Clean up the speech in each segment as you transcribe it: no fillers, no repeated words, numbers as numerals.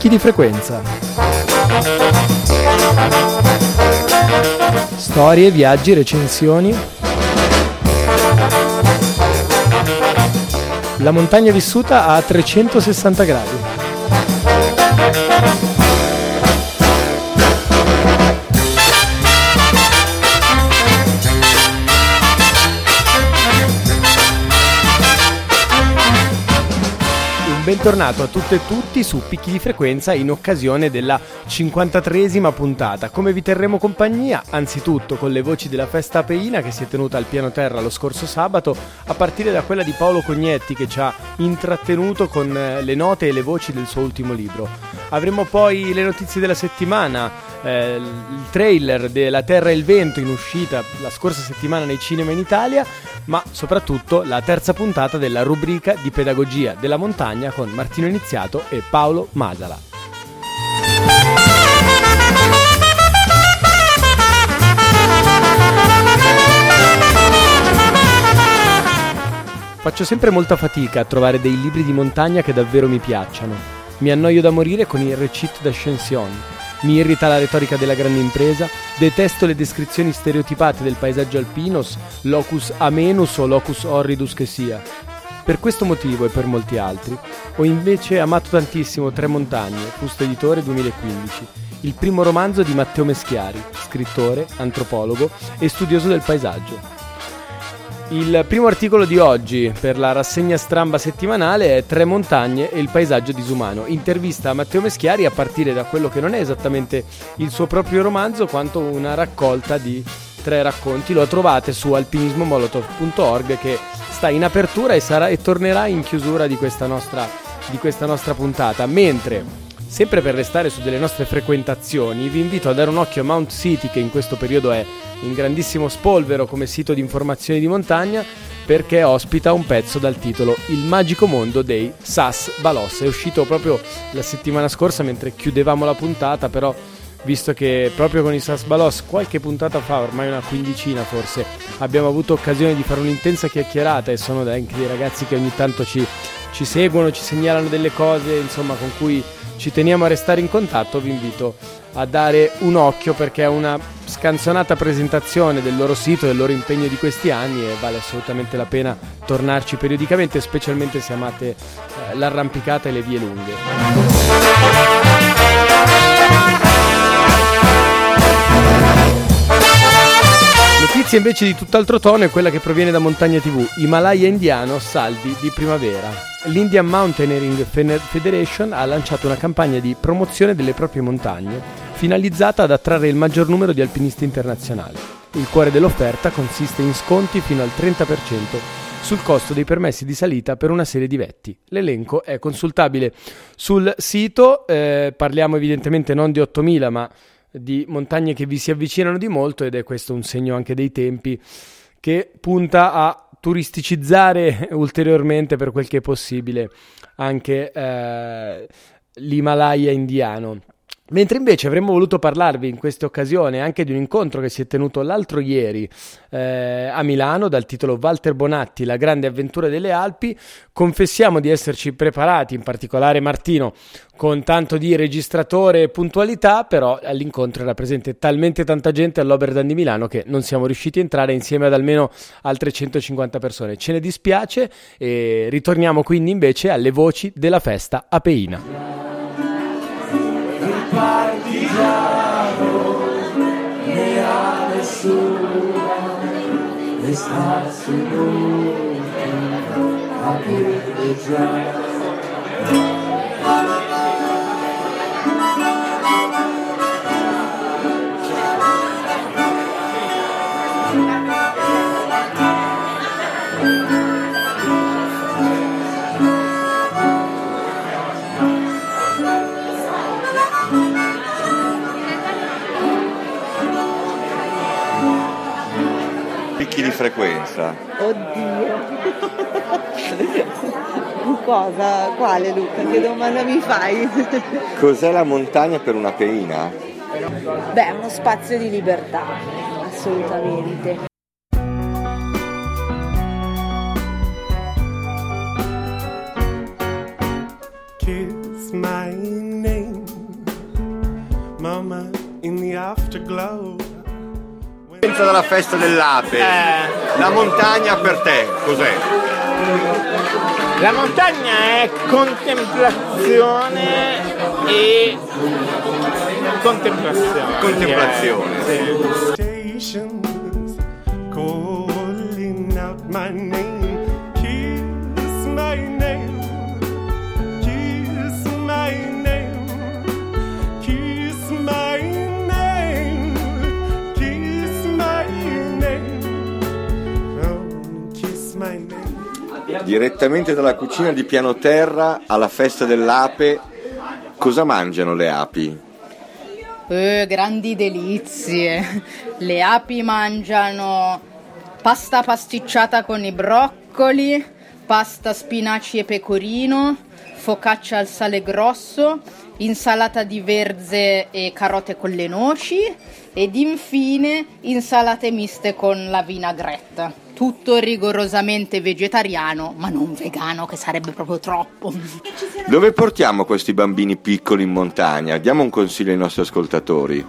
Picchi di frequenza. Storie, viaggi, recensioni. La montagna vissuta a 360 gradi. Bentornato a tutte e tutti su Picchi di Frequenza in occasione della 53esima puntata. Come vi terremo compagnia? Anzitutto con le voci della festa apeina che si è tenuta al piano terra lo scorso sabato, a partire da quella di Paolo Cognetti che ci ha intrattenuto con le note e le voci del suo ultimo libro. Avremo poi le notizie della settimana, il trailer della Terra e il Vento in uscita la scorsa settimana nei cinema in Italia, ma soprattutto la terza puntata della rubrica di pedagogia della montagna con Martino Iniziato e Paolo Masala. Faccio sempre molta fatica a trovare dei libri di montagna che davvero mi piacciono. Mi annoio da morire con i récits d'ascension. Mi irrita la retorica della grande impresa, detesto le descrizioni stereotipate del paesaggio alpino, locus amenus o locus horridus che sia. Per questo motivo e per molti altri, ho invece amato tantissimo Tre montagne, Fusto Editore 2015, il primo romanzo di Matteo Meschiari, scrittore, antropologo e studioso del paesaggio. Il primo articolo di oggi per la rassegna Stramba settimanale è Tre montagne e il paesaggio disumano. Intervista a Matteo Meschiari a partire da quello che non è esattamente il suo proprio romanzo, quanto una raccolta di 3 racconti. Lo trovate su alpinismomolotov.org che sta in apertura e tornerà in chiusura di questa nostra puntata. Mentre, sempre per restare su delle nostre frequentazioni, vi invito a dare un occhio a Mount City, che in questo periodo è in grandissimo spolvero come sito di informazioni di montagna, perché ospita un pezzo dal titolo Il magico mondo dei Sas Balos. È uscito proprio la settimana scorsa mentre chiudevamo la puntata, però visto che proprio con i Sas Balos qualche puntata fa, ormai una quindicina forse, abbiamo avuto occasione di fare un'intensa chiacchierata e sono anche dei ragazzi che ogni tanto ci seguono, ci segnalano delle cose, insomma, con cui ci teniamo a restare in contatto. Vi invito a dare un occhio perché è una scanzonata presentazione del loro sito, del loro impegno di questi anni, e vale assolutamente la pena tornarci periodicamente, specialmente se amate l'arrampicata e le vie lunghe. Notizia invece di tutt'altro tono è quella che proviene da Montagna TV. Himalaya indiano, saldi di primavera. L'Indian Mountaineering Federation ha lanciato una campagna di promozione delle proprie montagne finalizzata ad attrarre il maggior numero di alpinisti internazionali. Il cuore dell'offerta consiste in sconti fino al 30% sul costo dei permessi di salita per una serie di vetti. L'elenco è consultabile sul sito, parliamo evidentemente non di 8.000 ma di montagne che vi si avvicinano di molto, ed è questo un segno anche dei tempi che punta a turisticizzare ulteriormente, per quel che è possibile, anche l'Himalaya indiano. Mentre invece avremmo voluto parlarvi in questa occasione anche di un incontro che si è tenuto l'altro ieri a Milano dal titolo Walter Bonatti, la grande avventura delle Alpi. Confessiamo di esserci preparati, in particolare Martino, con tanto di registratore e puntualità, però all'incontro era presente talmente tanta gente all'Oberdan di Milano che non siamo riusciti a entrare insieme ad almeno altre 150 persone. Ce ne dispiace e ritorniamo quindi invece alle voci della festa apeina. Partigiano leale sua e sta su lui a piedeggiare. Picchi di frequenza. Oddio. Cosa? Quale, Luca? Che domanda mi fai? Cos'è la montagna per una peina? Beh, uno spazio di libertà, assolutamente. Kiss my name in the afterglow. Pensa della festa dell'ape. La montagna per te cos'è? La montagna è contemplazione e contemplazione. Stations calling out my name. Kiss my name. Kiss my name. Kiss my name. Kiss my name. Oh, kiss my name. Direttamente dalla cucina di piano terra alla festa dell'ape, cosa mangiano le api? Grandi delizie. Le api mangiano pasta pasticciata con i broccoli, pasta spinaci e pecorino, focaccia al sale grosso, insalata di verze e carote con le noci ed infine insalate miste con la vinaigrette. Tutto rigorosamente vegetariano, ma non vegano, che sarebbe proprio troppo. Dove portiamo questi bambini piccoli in montagna? Diamo un consiglio ai nostri ascoltatori.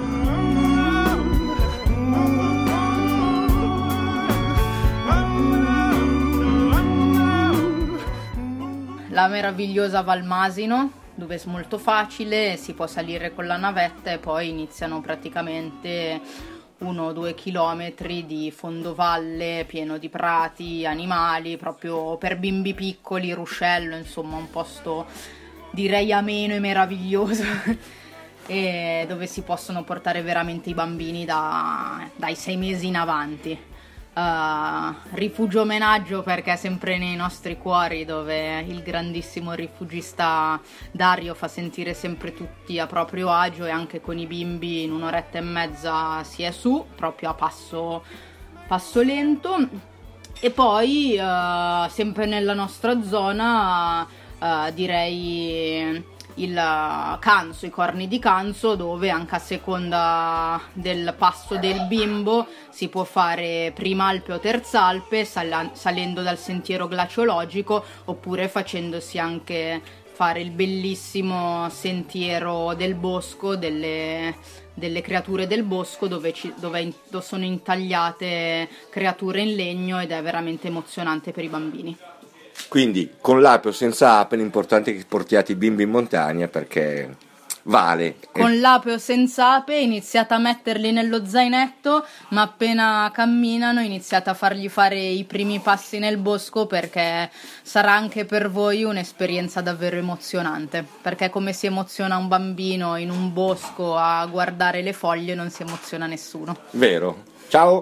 La meravigliosa Val Masino, dove è molto facile, si può salire con la navetta e poi iniziano praticamente 1 o 2 chilometri di fondovalle pieno di prati, animali, proprio per bimbi piccoli, ruscello, insomma un posto direi ameno e meraviglioso e dove si possono portare veramente i bambini dai 6 mesi in avanti. Rifugio omenaggio perché è sempre nei nostri cuori, dove il grandissimo rifugista Dario fa sentire sempre tutti a proprio agio, e anche con i bimbi in 1 oretta e mezza si è su, proprio a passo lento. E poi sempre nella nostra zona direi il canso, i corni di canso, dove anche a seconda del passo del bimbo si può fare prima Alpe o Terzalpe, salendo dal sentiero glaciologico, oppure facendosi anche fare il bellissimo sentiero del bosco, delle creature del bosco, dove sono intagliate creature in legno, ed è veramente emozionante per i bambini. Quindi con l'ape o senza ape l'importante è che portiate i bimbi in montagna, perché vale. Con l'ape o senza ape iniziate a metterli nello zainetto, ma appena camminano iniziate a fargli fare i primi passi nel bosco, perché sarà anche per voi un'esperienza davvero emozionante, perché come si emoziona un bambino in un bosco a guardare le foglie, non si emoziona nessuno. Vero. Ciao!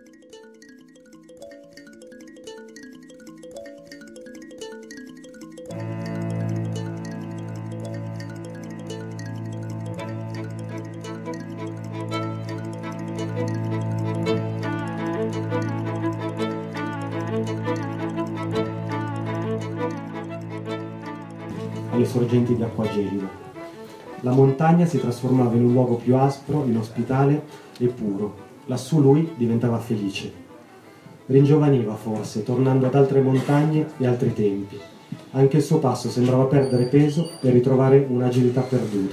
Alle sorgenti di acqua gelida. La montagna si trasformava in un luogo più aspro, inospitale e puro. Lassù lui diventava felice. Ringiovaniva forse, tornando ad altre montagne e altri tempi. Anche il suo passo sembrava perdere peso e ritrovare un'agilità perduta.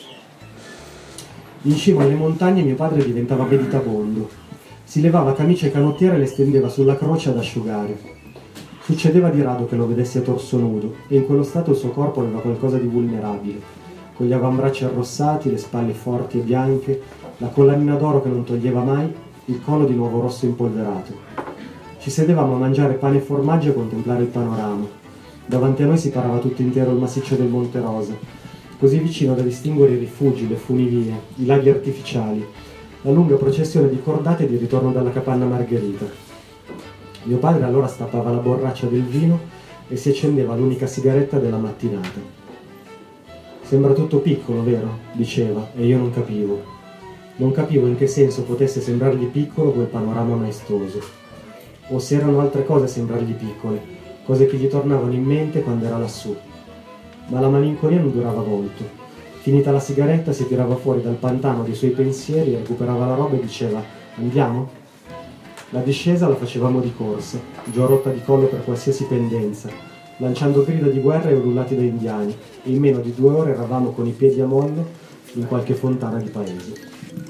In cima alle montagne mio padre diventava meditabondo. Si levava camicia e canottiera e le stendeva sulla croce ad asciugare. Succedeva di rado che lo vedessi a torso nudo, e in quello stato il suo corpo aveva qualcosa di vulnerabile, con gli avambracci arrossati, le spalle forti e bianche, la collanina d'oro che non toglieva mai, il collo di nuovo rosso impolverato. Ci sedevamo a mangiare pane e formaggio e a contemplare il panorama. Davanti a noi si parava tutto intero il massiccio del Monte Rosa, così vicino da distinguere i rifugi, le funivie, i laghi artificiali, la lunga processione di cordate di ritorno dalla capanna Margherita. Mio padre allora stappava la borraccia del vino e si accendeva l'unica sigaretta della mattinata. Sembra tutto piccolo, vero? Diceva, e io non capivo. Non capivo in che senso potesse sembrargli piccolo quel panorama maestoso. O se erano altre cose a sembrargli piccole, cose che gli tornavano in mente quando era lassù. Ma la malinconia non durava molto. Finita la sigaretta si tirava fuori dal pantano dei suoi pensieri, recuperava la roba e diceva, andiamo? La discesa la facevamo di corsa, già rotta di collo per qualsiasi pendenza, lanciando grida di guerra e ululati da indiani, e in meno di 2 ore eravamo con i piedi a mollo in qualche fontana di paese.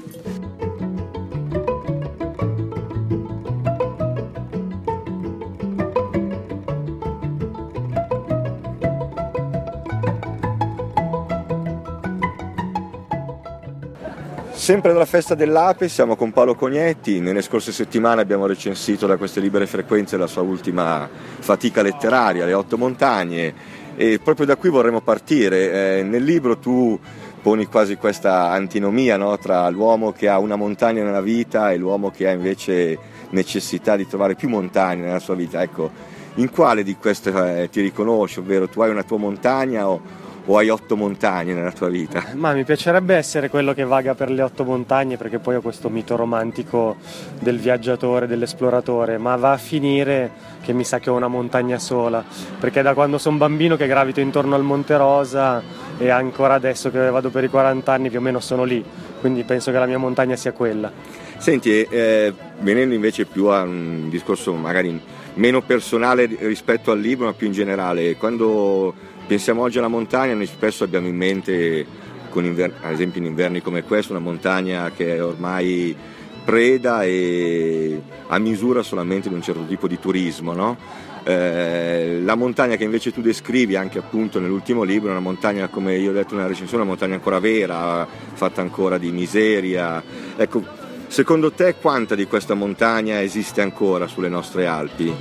Sempre dalla festa dell'Ape siamo con Paolo Cognetti. Nelle scorse settimane abbiamo recensito da queste libere frequenze la sua ultima fatica letteraria, Le 8 montagne, e proprio da qui vorremmo partire. Nel libro tu poni quasi questa antinomia, no, tra l'uomo che ha una montagna nella vita e l'uomo che ha invece necessità di trovare più montagne nella sua vita. Ecco, in quale di queste ti riconosci? Ovvero, tu hai una tua montagna o hai 8 montagne nella tua vita? Ma mi piacerebbe essere quello che vaga per le 8 montagne, perché poi ho questo mito romantico del viaggiatore, dell'esploratore, ma va a finire che mi sa che ho una montagna sola, perché da quando sono bambino che gravito intorno al Monte Rosa e ancora adesso che vado per i 40 anni più o meno sono lì, quindi penso che la mia montagna sia quella. Senti, venendo invece più a un discorso magari meno personale rispetto al libro, ma più in generale, quando pensiamo oggi alla montagna, noi spesso abbiamo in mente, ad esempio in inverni come questo, una montagna che è ormai preda e a misura solamente di un certo tipo di turismo, no? La montagna che invece tu descrivi anche appunto nell'ultimo libro è una montagna, come io ho detto nella recensione, una montagna ancora vera, fatta ancora di miseria. Ecco, secondo te quanta di questa montagna esiste ancora sulle nostre Alpi?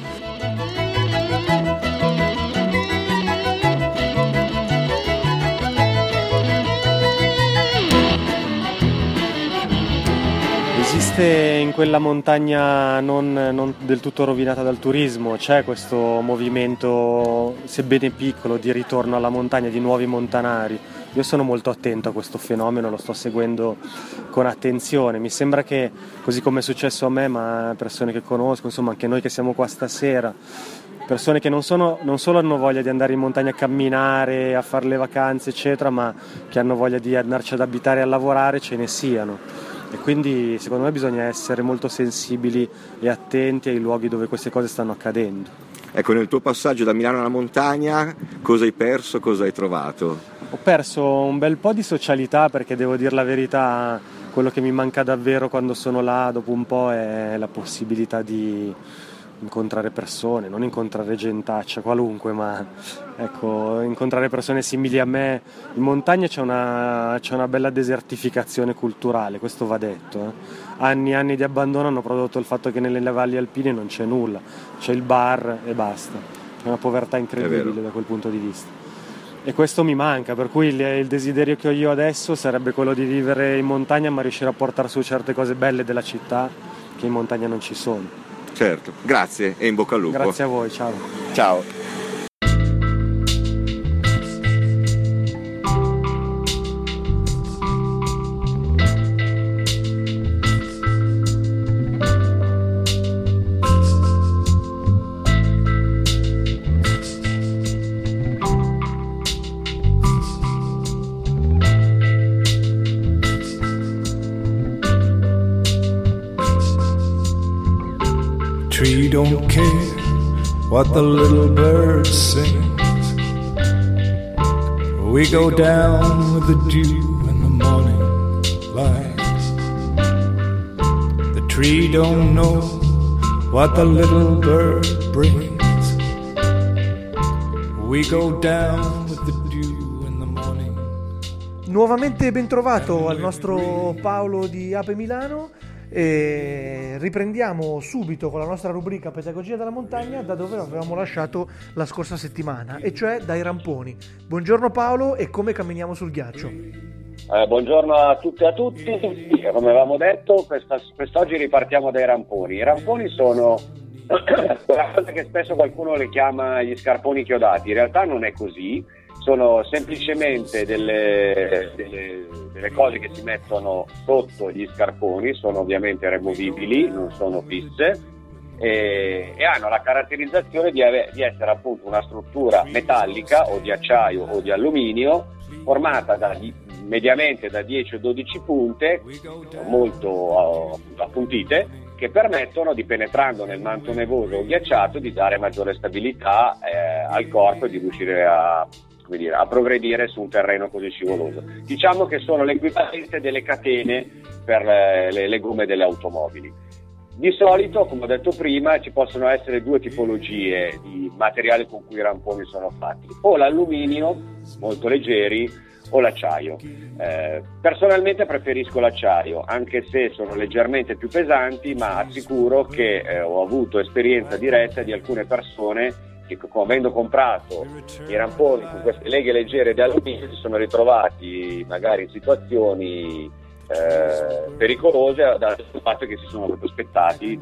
Esiste in quella montagna non del tutto rovinata dal turismo, c'è questo movimento, sebbene piccolo, di ritorno alla montagna, di nuovi montanari. Io sono molto attento a questo fenomeno, lo sto seguendo con attenzione. Mi sembra che, così come è successo a me, ma a persone che conosco, insomma anche noi che siamo qua stasera, persone che non solo hanno voglia di andare in montagna a camminare, a fare le vacanze eccetera, ma che hanno voglia di andarci ad abitare e a lavorare, ce ne siano. E quindi secondo me bisogna essere molto sensibili e attenti ai luoghi dove queste cose stanno accadendo. Ecco, nel tuo passaggio da Milano alla montagna, cosa hai perso, cosa hai trovato? Ho perso un bel po' di socialità, perché devo dire la verità, quello che mi manca davvero quando sono là dopo un po' è la possibilità di incontrare persone, non incontrare gentaccia qualunque, ma ecco, incontrare persone simili a me. In montagna c'è una bella desertificazione culturale, questo va detto. Anni e anni di abbandono hanno prodotto il fatto che nelle valli alpine non c'è nulla, c'è il bar e basta. È una povertà incredibile da quel punto di vista. E questo mi manca, per cui il desiderio che ho io adesso sarebbe quello di vivere in montagna, ma riuscire a portare su certe cose belle della città che in montagna non ci sono. Certo, grazie e in bocca al lupo. Grazie a voi, ciao. Ciao. Tree don't care what the little bird sings. We go down with the dew in the morning light. The tree don't know what the little bird brings. We go down with the dew in the morning. Nuovamente ben trovato al nostro Paolo di Ape Milano. E riprendiamo subito con la nostra rubrica Pedagogia della montagna da dove avevamo lasciato la scorsa settimana, e cioè dai ramponi. Buongiorno Paolo, e come camminiamo sul ghiaccio? Buongiorno a tutte e a tutti. Come avevamo detto, quest'oggi ripartiamo dai ramponi. I ramponi sono quella cosa che spesso qualcuno le chiama gli scarponi chiodati. In realtà non è così, sono semplicemente delle cose che si mettono sotto gli scarponi, sono ovviamente removibili, non sono fisse, e hanno la caratterizzazione di essere appunto una struttura metallica o di acciaio o di alluminio formata mediamente da 10 o 12 punte molto appuntite, che permettono di, penetrando nel manto nevoso o ghiacciato, di dare maggiore stabilità al corpo e di riuscire a come dire, a progredire su un terreno così scivoloso. Diciamo che sono l'equivalente delle catene per le gomme delle automobili. Di solito, come ho detto prima, ci possono essere due tipologie di materiale con cui i ramponi sono fatti: o l'alluminio, molto leggeri, o l'acciaio. Personalmente preferisco l'acciaio, anche se sono leggermente più pesanti, ma assicuro che ho avuto esperienza diretta di alcune persone che, avendo comprato i ramponi con queste leghe leggere di alluminio, si sono ritrovati magari in situazioni pericolose dal fatto che si sono proprio aspettati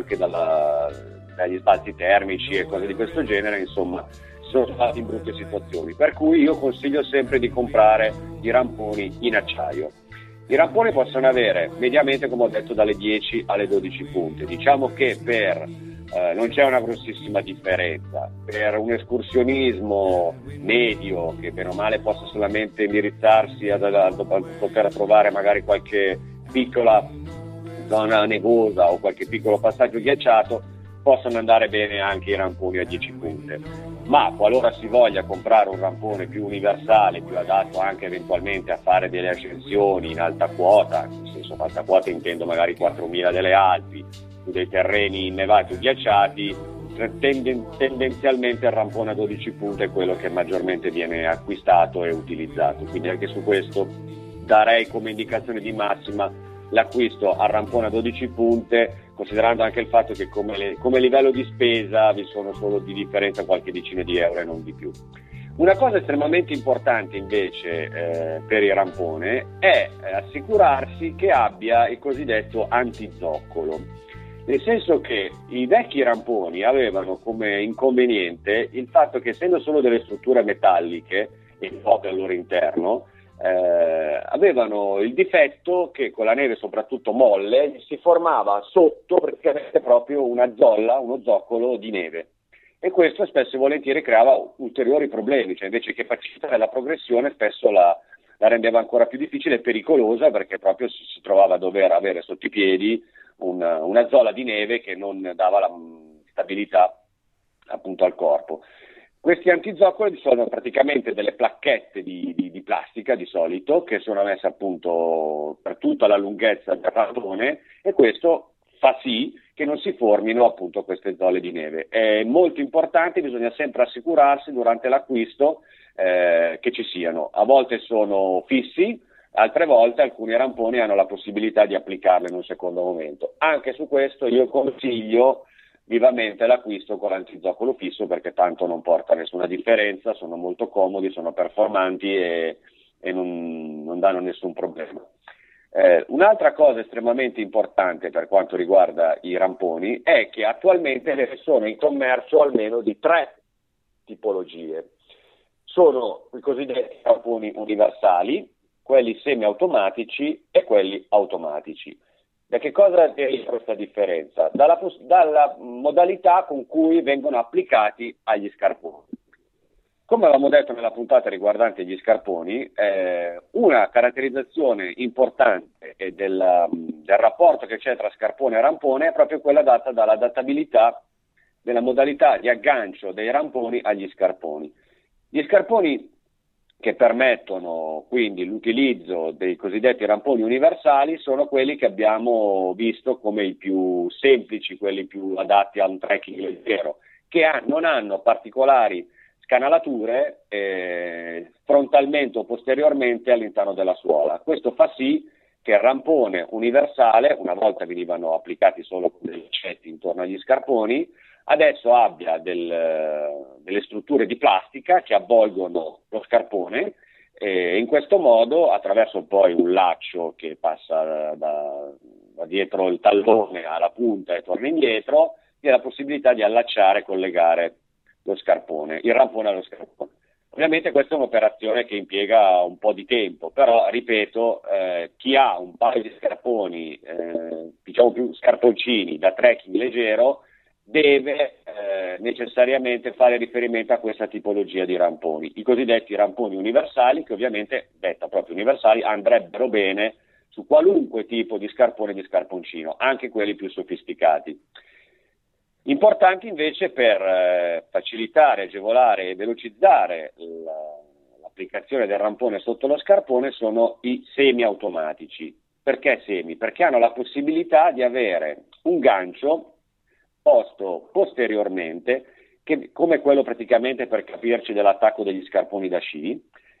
dagli sbalzi termici e cose di questo genere, insomma sono stati in brutte situazioni, per cui io consiglio sempre di comprare i ramponi in acciaio. I ramponi possono avere mediamente, come ho detto, dalle 10 alle 12 punte. Diciamo che non c'è una grossissima differenza. Per un escursionismo medio, che bene o male possa solamente indirizzarsi a poter trovare magari qualche piccola zona nevosa o qualche piccolo passaggio ghiacciato, possono andare bene anche i ramponi a 10 punte. Ma qualora si voglia comprare un rampone più universale, più adatto anche eventualmente a fare delle ascensioni in alta quota, nel senso alta quota intendo magari 4.000 delle Alpi, su dei terreni innevati o ghiacciati, tendenzialmente il rampone a 12 punte è quello che maggiormente viene acquistato e utilizzato. Quindi anche su questo darei come indicazione di massima l'acquisto al rampone a 12 punte, considerando anche il fatto che come livello di spesa vi sono solo di differenza qualche decina di euro e non di più. Una cosa estremamente importante invece per il rampone è assicurarsi che abbia il cosiddetto antizoccolo, nel senso che i vecchi ramponi avevano come inconveniente il fatto che, essendo solo delle strutture metalliche e poche al loro interno, avevano il difetto che con la neve, soprattutto molle, si formava sotto praticamente proprio una zolla, uno zoccolo di neve, e questo spesso e volentieri creava ulteriori problemi, cioè invece che facilitare la progressione spesso la rendeva ancora più difficile e pericolosa, perché proprio si trovava a dover avere sotto i piedi una zolla di neve che non dava la stabilità appunto al corpo. Questi antizoccoli sono praticamente delle placchette di plastica di solito, che sono messe appunto per tutta la lunghezza del rampone, e questo fa sì che non si formino appunto queste zolle di neve. È molto importante, bisogna sempre assicurarsi durante l'acquisto che ci siano. A volte sono fissi, altre volte alcuni ramponi hanno la possibilità di applicarle in un secondo momento. Anche su questo io consiglio vivamente l'acquisto con l'antizoccolo fisso, perché tanto non porta nessuna differenza, sono molto comodi, sono performanti e non danno nessun problema. Un'altra cosa estremamente importante per quanto riguarda i ramponi è che attualmente ne sono in commercio almeno di 3 tipologie. Sono i cosiddetti ramponi universali, quelli semiautomatici e quelli automatici. Da che cosa deriva questa differenza? Dalla modalità con cui vengono applicati agli scarponi. Come avevamo detto nella puntata riguardante gli scarponi, una caratterizzazione importante del rapporto che c'è tra scarpone e rampone è proprio quella data dall'adattabilità della modalità di aggancio dei ramponi agli scarponi. Gli scarponi che permettono quindi l'utilizzo dei cosiddetti ramponi universali sono quelli che abbiamo visto come i più semplici, quelli più adatti a un trekking leggero, che non hanno particolari scanalature frontalmente o posteriormente all'interno della suola. Questo fa sì che il rampone universale, una volta venivano applicati solo con dei lacetti intorno agli scarponi, adesso abbia delle strutture di plastica che avvolgono lo scarpone, e in questo modo, attraverso poi un laccio che passa da dietro il tallone alla punta e torna indietro, vi è la possibilità di allacciare e collegare il rampone allo scarpone. Ovviamente questa è un'operazione che impiega un po' di tempo, però ripeto, chi ha un paio di scarponi, diciamo più scarponcini da trekking leggero, deve necessariamente fare riferimento a questa tipologia di ramponi, i cosiddetti ramponi universali, che ovviamente, detta proprio universali, andrebbero bene su qualunque tipo di scarpone e di scarponcino, anche quelli più sofisticati. Importanti invece per facilitare, agevolare e velocizzare l'applicazione del rampone sotto lo scarpone sono i semi-automatici. Perché semi? Perché hanno la possibilità di avere un gancio posto posteriormente, come quello praticamente, per capirci, dell'attacco degli scarponi da sci,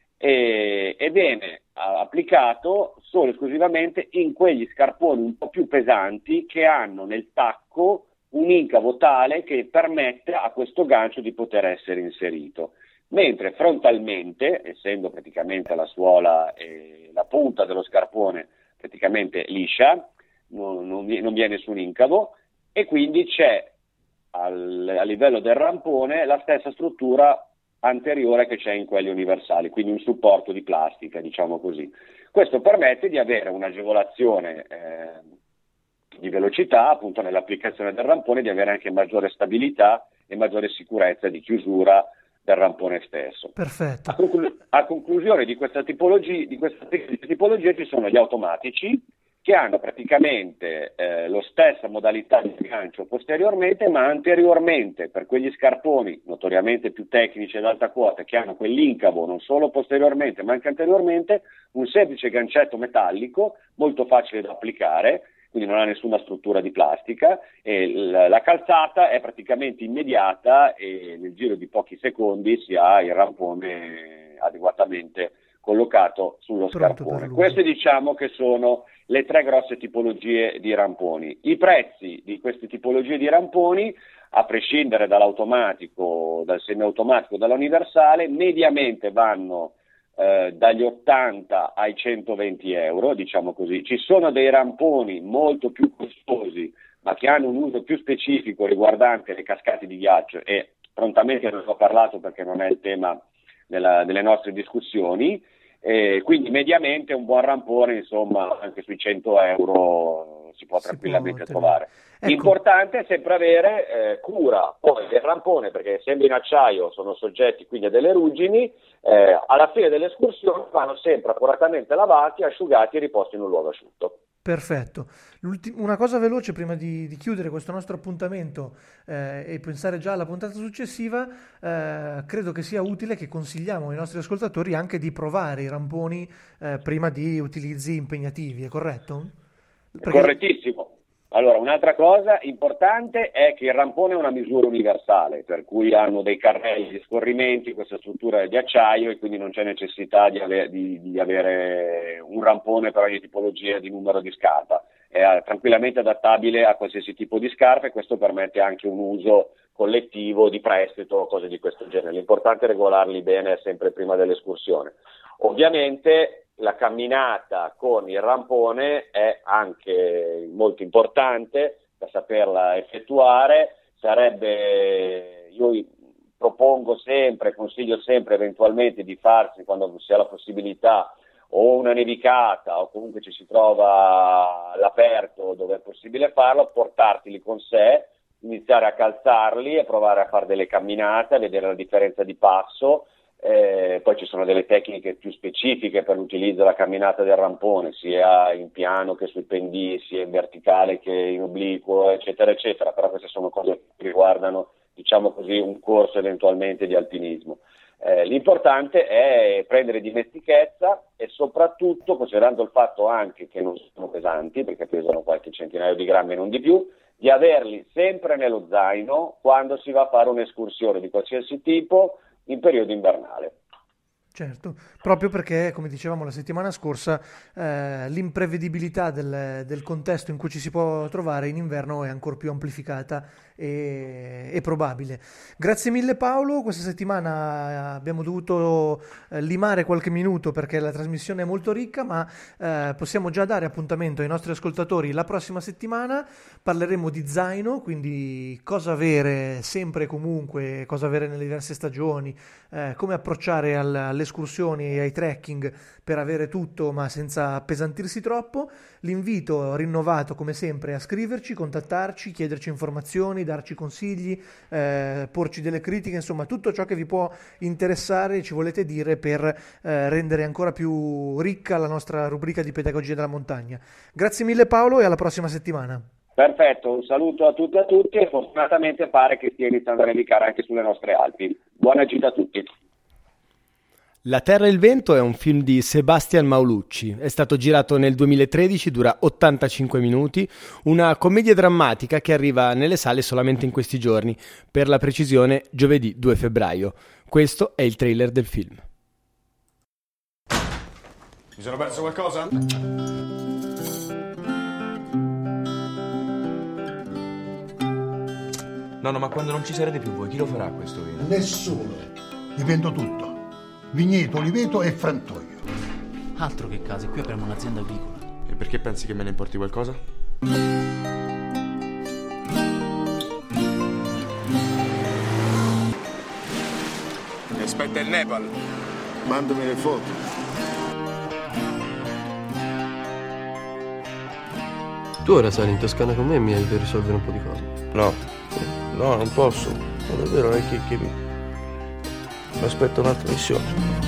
e viene applicato solo e esclusivamente in quegli scarponi un po' più pesanti che hanno nel tacco un incavo tale che permette a questo gancio di poter essere inserito, mentre frontalmente, essendo praticamente la suola e la punta dello scarpone praticamente liscia, non vi è nessun incavo, e quindi c'è a livello del rampone la stessa struttura anteriore che c'è in quelli universali, quindi un supporto di plastica, diciamo così. Questo permette di avere un'agevolazione di velocità appunto nell'applicazione del rampone, di avere anche maggiore stabilità e maggiore sicurezza di chiusura del rampone stesso. Perfetto. A conclusione di questa tipologia ci sono gli automatici, che hanno praticamente la stessa modalità di gancio posteriormente, ma anteriormente, per quegli scarponi notoriamente più tecnici ad alta quota, che hanno quell'incavo non solo posteriormente ma anche anteriormente, un semplice gancetto metallico molto facile da applicare, quindi non ha nessuna struttura di plastica, e la calzata è praticamente immediata e nel giro di pochi secondi si ha il rampone adeguatamente collocato sullo scarpone. Queste diciamo che sono le tre grosse tipologie di ramponi. I prezzi di queste tipologie di ramponi, a prescindere dall'automatico, dal semiautomatico, dall'universale, mediamente vanno dagli 80 ai 120 euro, diciamo così. Ci sono dei ramponi molto più costosi, ma che hanno un uso più specifico riguardante le cascate di ghiaccio, e prontamente ne ho parlato perché non è il tema delle nostre discussioni. Quindi mediamente un buon rampone, insomma, anche sui 100 euro si può tranquillamente trovare. Ecco. L'importante è sempre avere cura poi del rampone, perché essendo in acciaio sono soggetti quindi a delle ruggini, alla fine dell'escursione vanno sempre accuratamente lavati, asciugati e riposti in un luogo asciutto. Perfetto. Una cosa veloce prima di chiudere questo nostro appuntamento e pensare già alla puntata successiva, credo che sia utile, che consigliamo ai nostri ascoltatori anche di provare i ramponi prima di utilizzi impegnativi, è corretto? Correttissimo. Allora, un'altra cosa importante è che il rampone è una misura universale, per cui hanno dei carrelli di scorrimenti, questa struttura è di acciaio, e quindi non c'è necessità di avere un rampone per ogni tipologia di numero di scarpa. È tranquillamente adattabile a qualsiasi tipo di scarpa, e questo permette anche un uso collettivo di prestito o cose di questo genere. L'importante è regolarli bene sempre prima dell'escursione. Ovviamente la camminata con il rampone è anche molto importante da saperla effettuare. Io propongo sempre, consiglio sempre eventualmente di farsi, quando si ha la possibilità, o una nevicata o comunque ci si trova all'aperto dove è possibile farlo, portarteli con sé, iniziare a calzarli e provare a fare delle camminate, a vedere la differenza di passo. Poi ci sono delle tecniche più specifiche per l'utilizzo della camminata del rampone, sia in piano che sui pendii, sia in verticale che in obliquo, eccetera eccetera, però queste sono cose che riguardano, diciamo così, un corso eventualmente di alpinismo. L'importante è prendere dimestichezza e soprattutto, considerando il fatto anche che non sono pesanti, perché pesano qualche centinaio di grammi e non di più, di averli sempre nello zaino quando si va a fare un'escursione di qualsiasi tipo in periodo invernale. Certo, proprio perché, come dicevamo la settimana scorsa, l'imprevedibilità del contesto in cui ci si può trovare in inverno è ancora più amplificata e probabile. Grazie mille Paolo, questa settimana abbiamo dovuto limare qualche minuto perché la trasmissione è molto ricca, ma possiamo già dare appuntamento ai nostri ascoltatori la prossima settimana. Parleremo di zaino, quindi cosa avere sempre e comunque, cosa avere nelle diverse stagioni, come approcciare alle escursioni e ai trekking per avere tutto ma senza appesantirsi troppo. L'invito rinnovato come sempre a scriverci, contattarci, chiederci informazioni, darci consigli, porci delle critiche, insomma tutto ciò che vi può interessare e ci volete dire per rendere ancora più ricca la nostra rubrica di Pedagogia della Montagna. Grazie mille Paolo e alla prossima settimana. Perfetto, un saluto a tutti e a tutti, e fortunatamente pare che stia iniziando a nevicare anche sulle nostre Alpi. Buona gita a tutti. La terra e il vento è un film di Sebastian Maulucci, è stato girato nel 2013, dura 85 minuti, una commedia drammatica che arriva nelle sale solamente in questi giorni, per la precisione giovedì 2 febbraio. Questo è il trailer del film. Mi sono perso qualcosa? No, ma quando non ci sarete più voi, chi lo farà questo vino? Nessuno. Vi vendo tutto. Vigneto, oliveto e frantoio. Altro che case, qui apriamo un'azienda agricola. E perché pensi che me ne importi qualcosa? Mi aspetta il Nepal. Mandami le foto. Tu ora sali in Toscana con me e mi aiuti a risolvere un po' di cose. No, non posso. Non è vero, è che mi aspetta un'altra missione.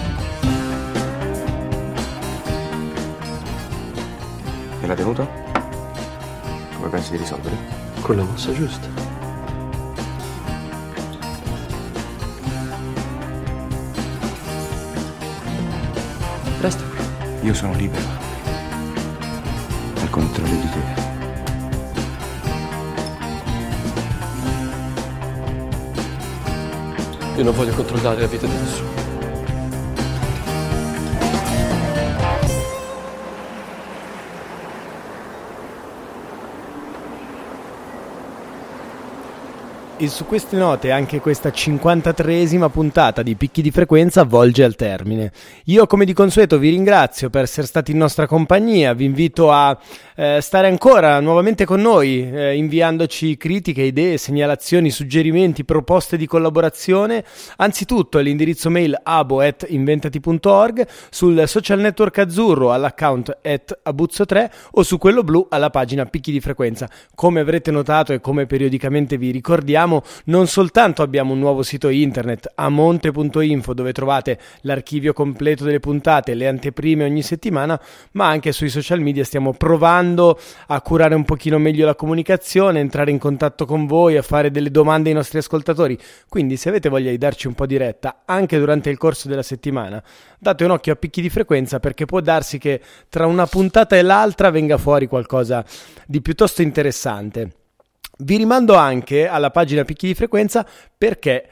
E la tenuta? Come pensi di risolvere? Con la mossa giusta. Resta qui. Io sono libero. Al contrario di te. Io non voglio controllare la vita di nessuno. E su queste note anche questa 53esima puntata di Picchi di Frequenza volge al termine. Io come di consueto vi ringrazio per essere stati in nostra compagnia, vi invito a stare ancora nuovamente con noi inviandoci critiche, idee, segnalazioni, suggerimenti, proposte di collaborazione, anzitutto all'indirizzo mail abo@inventati.org, sul social network azzurro all'account @abuzzo3 o su quello blu alla pagina Picchi di Frequenza. Come avrete notato e come periodicamente vi ricordiamo, non soltanto abbiamo un nuovo sito internet, amonte.info, dove trovate l'archivio completo delle puntate, le anteprime ogni settimana, ma anche sui social media stiamo provando a curare un pochino meglio la comunicazione, entrare in contatto con voi, a fare delle domande ai nostri ascoltatori. Quindi se avete voglia di darci un po' di retta anche durante il corso della settimana, date un occhio a Picchi di Frequenza, perché può darsi che tra una puntata e l'altra venga fuori qualcosa di piuttosto interessante. Vi rimando anche alla pagina Picchi di Frequenza, perché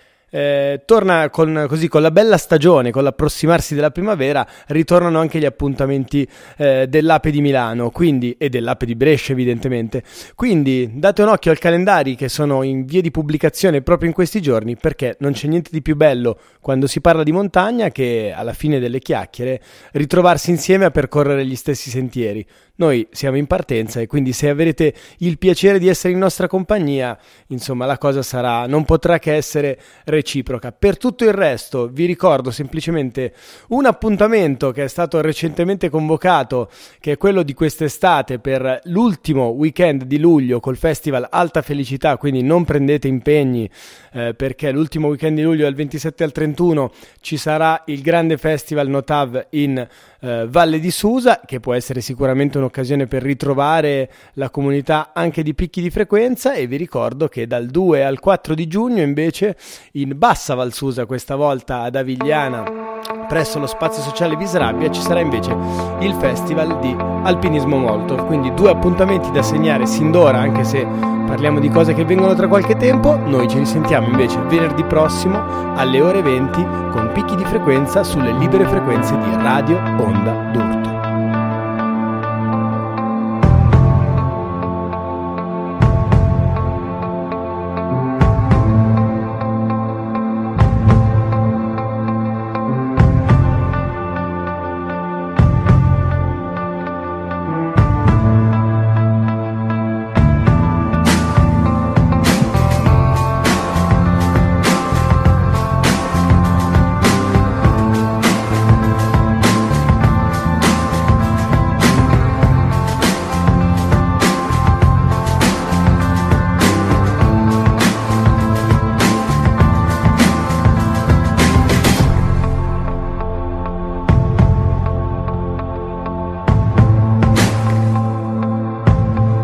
torna con la bella stagione, con l'approssimarsi della primavera, ritornano anche gli appuntamenti dell'Ape di Milano, e dell'Ape di Brescia evidentemente. Quindi date un occhio ai calendari che sono in via di pubblicazione proprio in questi giorni, perché non c'è niente di più bello quando si parla di montagna che alla fine delle chiacchiere ritrovarsi insieme a percorrere gli stessi sentieri. Noi siamo in partenza e quindi se avrete il piacere di essere in nostra compagnia, insomma la cosa non potrà che essere reciproca. Per tutto il resto vi ricordo semplicemente un appuntamento che è stato recentemente convocato, che è quello di quest'estate per l'ultimo weekend di luglio col festival Alta Felicità, quindi non prendete impegni perché l'ultimo weekend di luglio dal 27 al 31 ci sarà il grande festival Notav in Valle di Susa, che può essere sicuramente un'occasione per ritrovare la comunità anche di Picchi di Frequenza. E vi ricordo che dal 2 al 4 di giugno invece in Bassa Val Susa, questa volta ad Avigliana presso lo Spazio Sociale Bisrabbia, ci sarà invece il festival di alpinismo Molotov. Quindi 2 appuntamenti da segnare sin d'ora, anche se parliamo di cose che vengono tra qualche tempo. Noi ci risentiamo invece venerdì prossimo alle ore 20 con Picchi di Frequenza sulle libere frequenze di Radio Onda d'Urso.